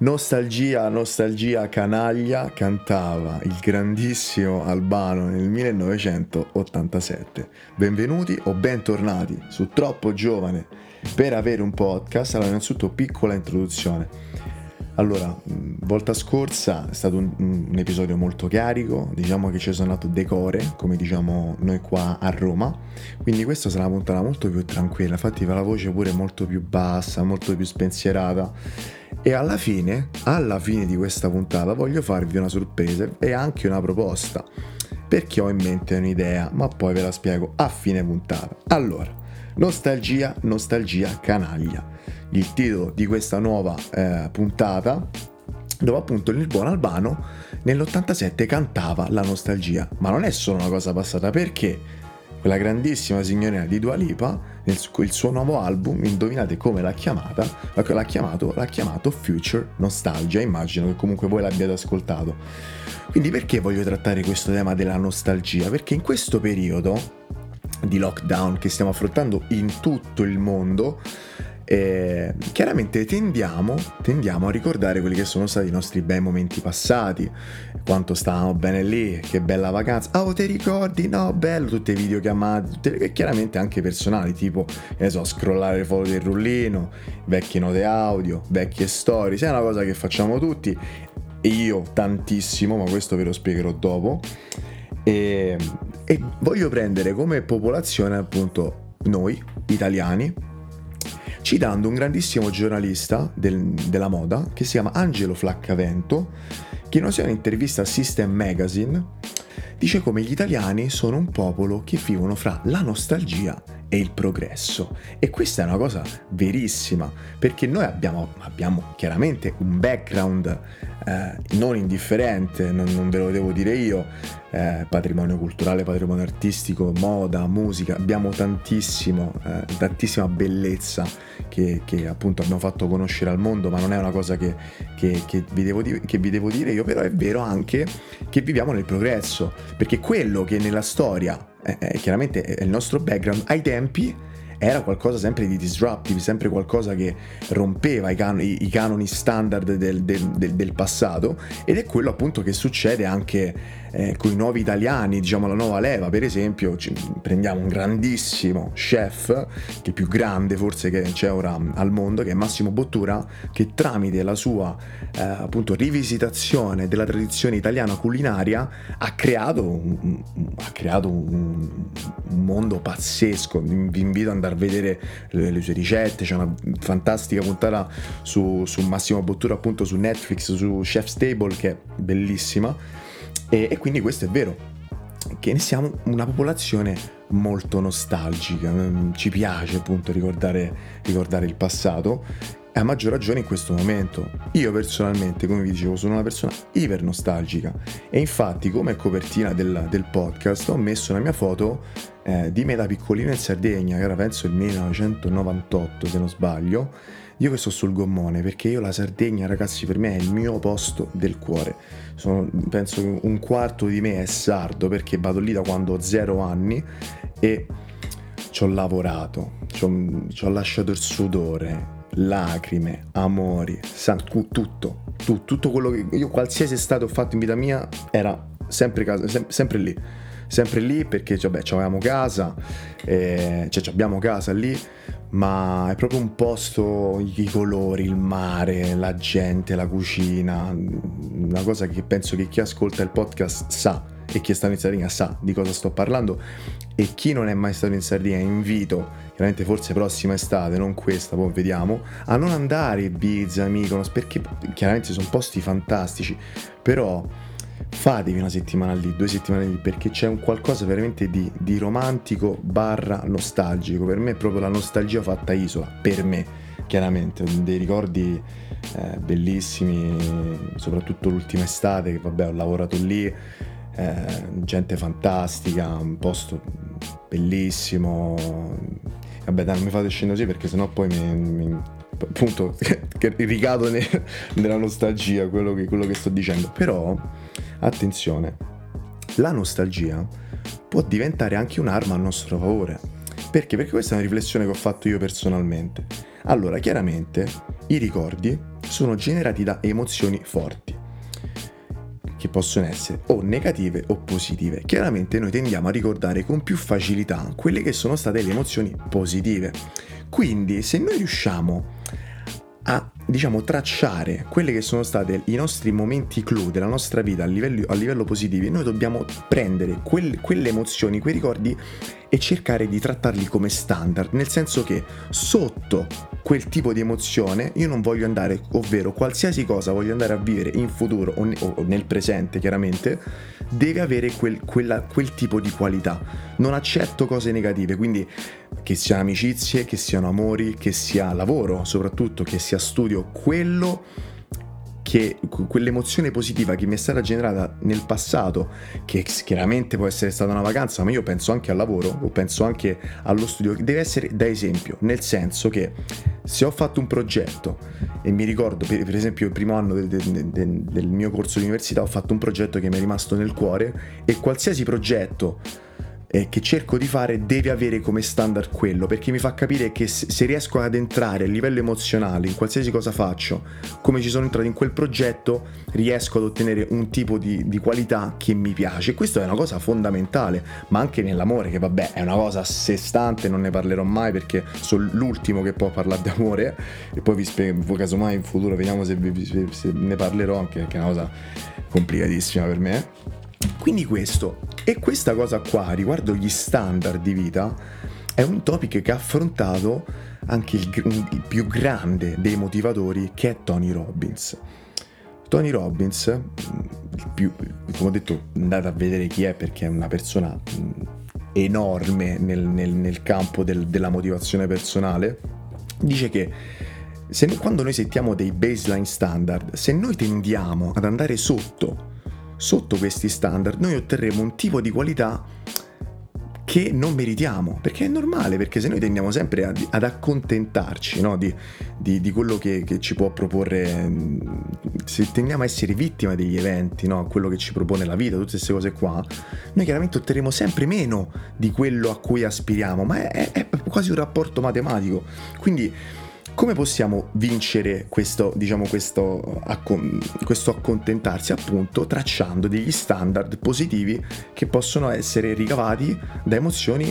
Nostalgia, nostalgia canaglia cantava il grandissimo Albano nel 1987. Benvenuti o bentornati su Troppo Giovane per avere un podcast. Allora, innanzitutto piccola introduzione. Allora, volta scorsa è stato un episodio molto carico, diciamo che ci sono andato decore, come diciamo noi qua a Roma, quindi questa sarà una puntata molto più tranquilla, infatti la voce pure molto più bassa, molto più spensierata. E alla fine di questa puntata voglio farvi una sorpresa e anche una proposta, perché ho in mente un'idea, ma poi ve la spiego a fine puntata. Allora, nostalgia, nostalgia canaglia, il titolo di questa nuova puntata, dove appunto il buon Albano nell'87 cantava la nostalgia, ma non è solo una cosa passata, perché quella grandissima signorina di Dua Lipa, il suo nuovo album, indovinate come l'ha chiamata? L'ha chiamato Future Nostalgia. Immagino che comunque voi l'abbiate ascoltato. Quindi perché voglio trattare questo tema della nostalgia? Perché in questo periodo di lockdown che stiamo affrontando in tutto il mondo, chiaramente tendiamo a ricordare quelli che sono stati i nostri bei momenti passati, quanto stavamo bene lì, che bella vacanza, oh ti ricordi, no bello, tutte videochiamate, chiaramente anche personali, tipo che ne so, scrollare le foto del rullino, vecchie note audio, vecchie storie, è una cosa che facciamo tutti e io tantissimo, ma questo ve lo spiegherò dopo. E voglio prendere come popolazione appunto noi italiani, citando un grandissimo giornalista della moda che si chiama Angelo Flaccavento, che in un'intervista a System Magazine dice come gli italiani sono un popolo che vivono fra la nostalgia e il progresso. E questa è una cosa verissima, perché noi abbiamo chiaramente un background non indifferente, non ve lo devo dire io, patrimonio culturale, patrimonio artistico, moda, musica, abbiamo tantissima bellezza che appunto abbiamo fatto conoscere al mondo, ma non è una cosa che vi devo dire io, però è vero anche che viviamo nel progresso, perché quello che nella storia chiaramente è il nostro background ai tempi era qualcosa sempre di disruptive, sempre qualcosa che rompeva i canoni standard del passato, ed è quello appunto che succede anche con i nuovi italiani, diciamo la nuova leva. Per esempio prendiamo un grandissimo chef, che è più grande forse che c'è ora al mondo, che è Massimo Bottura, che tramite la sua appunto rivisitazione della tradizione italiana culinaria ha creato un mondo pazzesco. Vi invito ad andare a vedere le sue ricette, c'è una fantastica puntata su Massimo Bottura appunto su Netflix, su Chef's Table, che è bellissima. E quindi questo è vero, che ne siamo una popolazione molto nostalgica, ci piace appunto ricordare il passato, e a maggior ragione in questo momento. Io personalmente, come vi dicevo, sono una persona iper nostalgica, e infatti come copertina del podcast ho messo la mia foto di me da piccolino in Sardegna, che era penso il 1998 se non sbaglio. Io che sto sul gommone, perché io la Sardegna, ragazzi, per me è il mio posto del cuore. Penso che un quarto di me è sardo, perché vado lì da quando ho 0 anni e ci ho lavorato, ci ho lasciato il sudore, lacrime, amori, tutto quello che io, qualsiasi estate ho fatto in vita mia, era sempre sempre lì, perché avevamo casa, abbiamo casa lì, ma è proprio un posto, i colori, il mare, la gente, la cucina, una cosa che penso che chi ascolta il podcast sa, e chi è stato in Sardegna sa di cosa sto parlando, e chi non è mai stato in Sardegna invito, chiaramente forse prossima estate, non questa, poi vediamo, a non andare Ibiza, Mykonos, perché chiaramente sono posti fantastici, però fatevi una settimana lì, 2 settimane lì, perché c'è un qualcosa veramente di romantico barra nostalgico. Per me è proprio la nostalgia fatta isola, per me, chiaramente, dei ricordi bellissimi, soprattutto l'ultima estate, che vabbè ho lavorato lì, gente fantastica, un posto bellissimo. Vabbè dai, non mi fate scendere così, perché sennò poi appunto che ricado nella nostalgia, quello che sto dicendo. Però attenzione, la nostalgia può diventare anche un'arma a nostro favore. Perché questa è una riflessione che ho fatto io personalmente. Allora, chiaramente i ricordi sono generati da emozioni forti, che possono essere o negative o positive. Chiaramente noi tendiamo a ricordare con più facilità quelle che sono state le emozioni positive. Quindi se noi riusciamo a, diciamo, tracciare quelle che sono state i nostri momenti clou della nostra vita a livello positivi, noi dobbiamo prendere quelle emozioni, quei ricordi e cercare di trattarli come standard, nel senso che sotto quel tipo di emozione io non voglio andare, ovvero qualsiasi cosa voglio andare a vivere in futuro o nel presente, chiaramente deve avere quel tipo di qualità. Non accetto cose negative, quindi che siano amicizie, che siano amori, che sia lavoro, soprattutto che sia studio, quell'emozione positiva che mi è stata generata nel passato, che chiaramente può essere stata una vacanza, ma io penso anche al lavoro o penso anche allo studio, deve essere da esempio, nel senso che se ho fatto un progetto e mi ricordo per esempio il primo anno del mio corso di università ho fatto un progetto che mi è rimasto nel cuore, e qualsiasi progetto che cerco di fare deve avere come standard quello, perché mi fa capire che se riesco ad entrare a livello emozionale in qualsiasi cosa faccio, come ci sono entrato in quel progetto, riesco ad ottenere un tipo di qualità che mi piace. E questo è una cosa fondamentale, ma anche nell'amore, che vabbè è una cosa a sé stante, non ne parlerò mai perché sono l'ultimo che può parlare di amore, e poi vi spiego, casomai in futuro vediamo se ne parlerò, anche che è una cosa complicatissima per me. Quindi questa cosa qua riguardo gli standard di vita è un topic che ha affrontato anche il più grande dei motivatori, che è Tony Robbins. Tony Robbins, come ho detto, andate a vedere chi è perché è una persona enorme nel campo della motivazione personale. Dice che quando noi settiamo dei baseline standard, se noi tendiamo ad andare sotto questi standard, noi otterremo un tipo di qualità che non meritiamo, perché è normale, perché se noi tendiamo sempre ad accontentarci, no, di quello che ci può proporre, se tendiamo a essere vittima degli eventi, no, quello che ci propone la vita, tutte queste cose qua, noi chiaramente otterremo sempre meno di quello a cui aspiriamo, ma è quasi un rapporto matematico. Quindi come possiamo vincere questo accontentarsi? Appunto tracciando degli standard positivi che possono essere ricavati da emozioni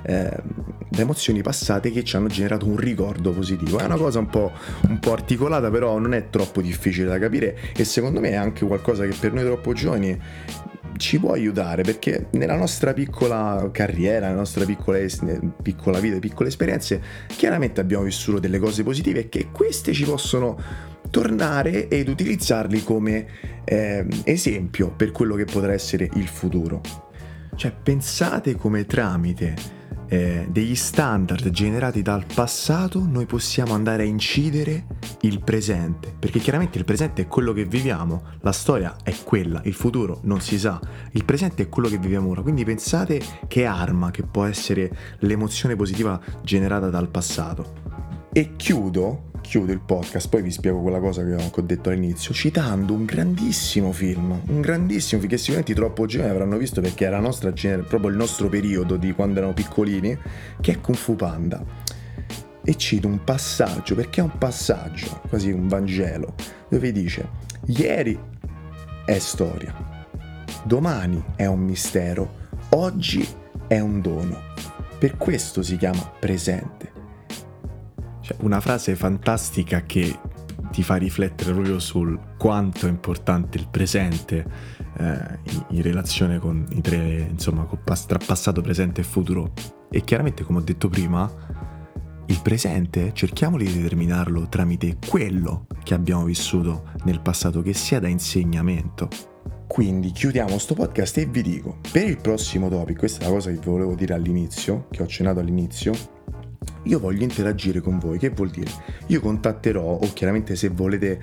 passate che ci hanno generato un ricordo positivo. È una cosa un po' articolata, però non è troppo difficile da capire, e secondo me è anche qualcosa che per noi troppo giovani ci può aiutare, perché nella nostra piccola carriera, nella nostra piccola vita, piccole esperienze, chiaramente abbiamo vissuto delle cose positive e che queste ci possono tornare ed utilizzarli come esempio per quello che potrà essere il futuro. Cioè, pensate come tramite degli standard generati dal passato noi possiamo andare a incidere il presente, perché chiaramente il presente è quello che viviamo, la storia è quella, il futuro non si sa, il presente è quello che viviamo ora. Quindi pensate che arma che può essere l'emozione positiva generata dal passato. E chiudo il podcast, poi vi spiego quella cosa che ho detto all'inizio, citando un grandissimo film che sicuramente troppo giovani avranno visto, perché era proprio il nostro periodo di quando erano piccolini, che è Kung Fu Panda. E cito un passaggio, perché è un passaggio, quasi un Vangelo, dove dice: ieri è storia, domani è un mistero, oggi è un dono, per questo si chiama presente. Cioè, una frase fantastica che ti fa riflettere proprio sul quanto è importante il presente in relazione con i tre, insomma, tra passato, presente e futuro. E chiaramente, come ho detto prima, il presente cerchiamo di determinarlo tramite quello che abbiamo vissuto nel passato, che sia da insegnamento. Quindi chiudiamo sto podcast e vi dico, per il prossimo topic, questa è la cosa che vi volevo dire all'inizio, che ho accennato all'inizio, io voglio interagire con voi. Che vuol dire? Io contatterò, o chiaramente se volete,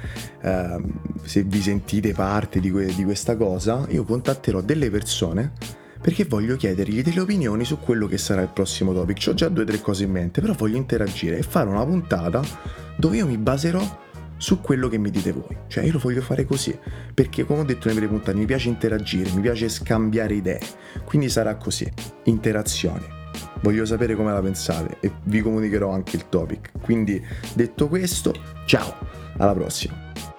se vi sentite parte di questa cosa, io contatterò delle persone, perché voglio chiedergli delle opinioni su quello che sarà il prossimo topic. C'ho già 2 o 3 cose in mente, però voglio interagire e fare una puntata dove io mi baserò su quello che mi dite voi. Cioè, io lo voglio fare così, perché come ho detto nelle prime puntate, mi piace interagire, mi piace scambiare idee, quindi sarà così, interazione. Voglio sapere come la pensate e vi comunicherò anche il topic. Quindi, detto questo, ciao, alla prossima.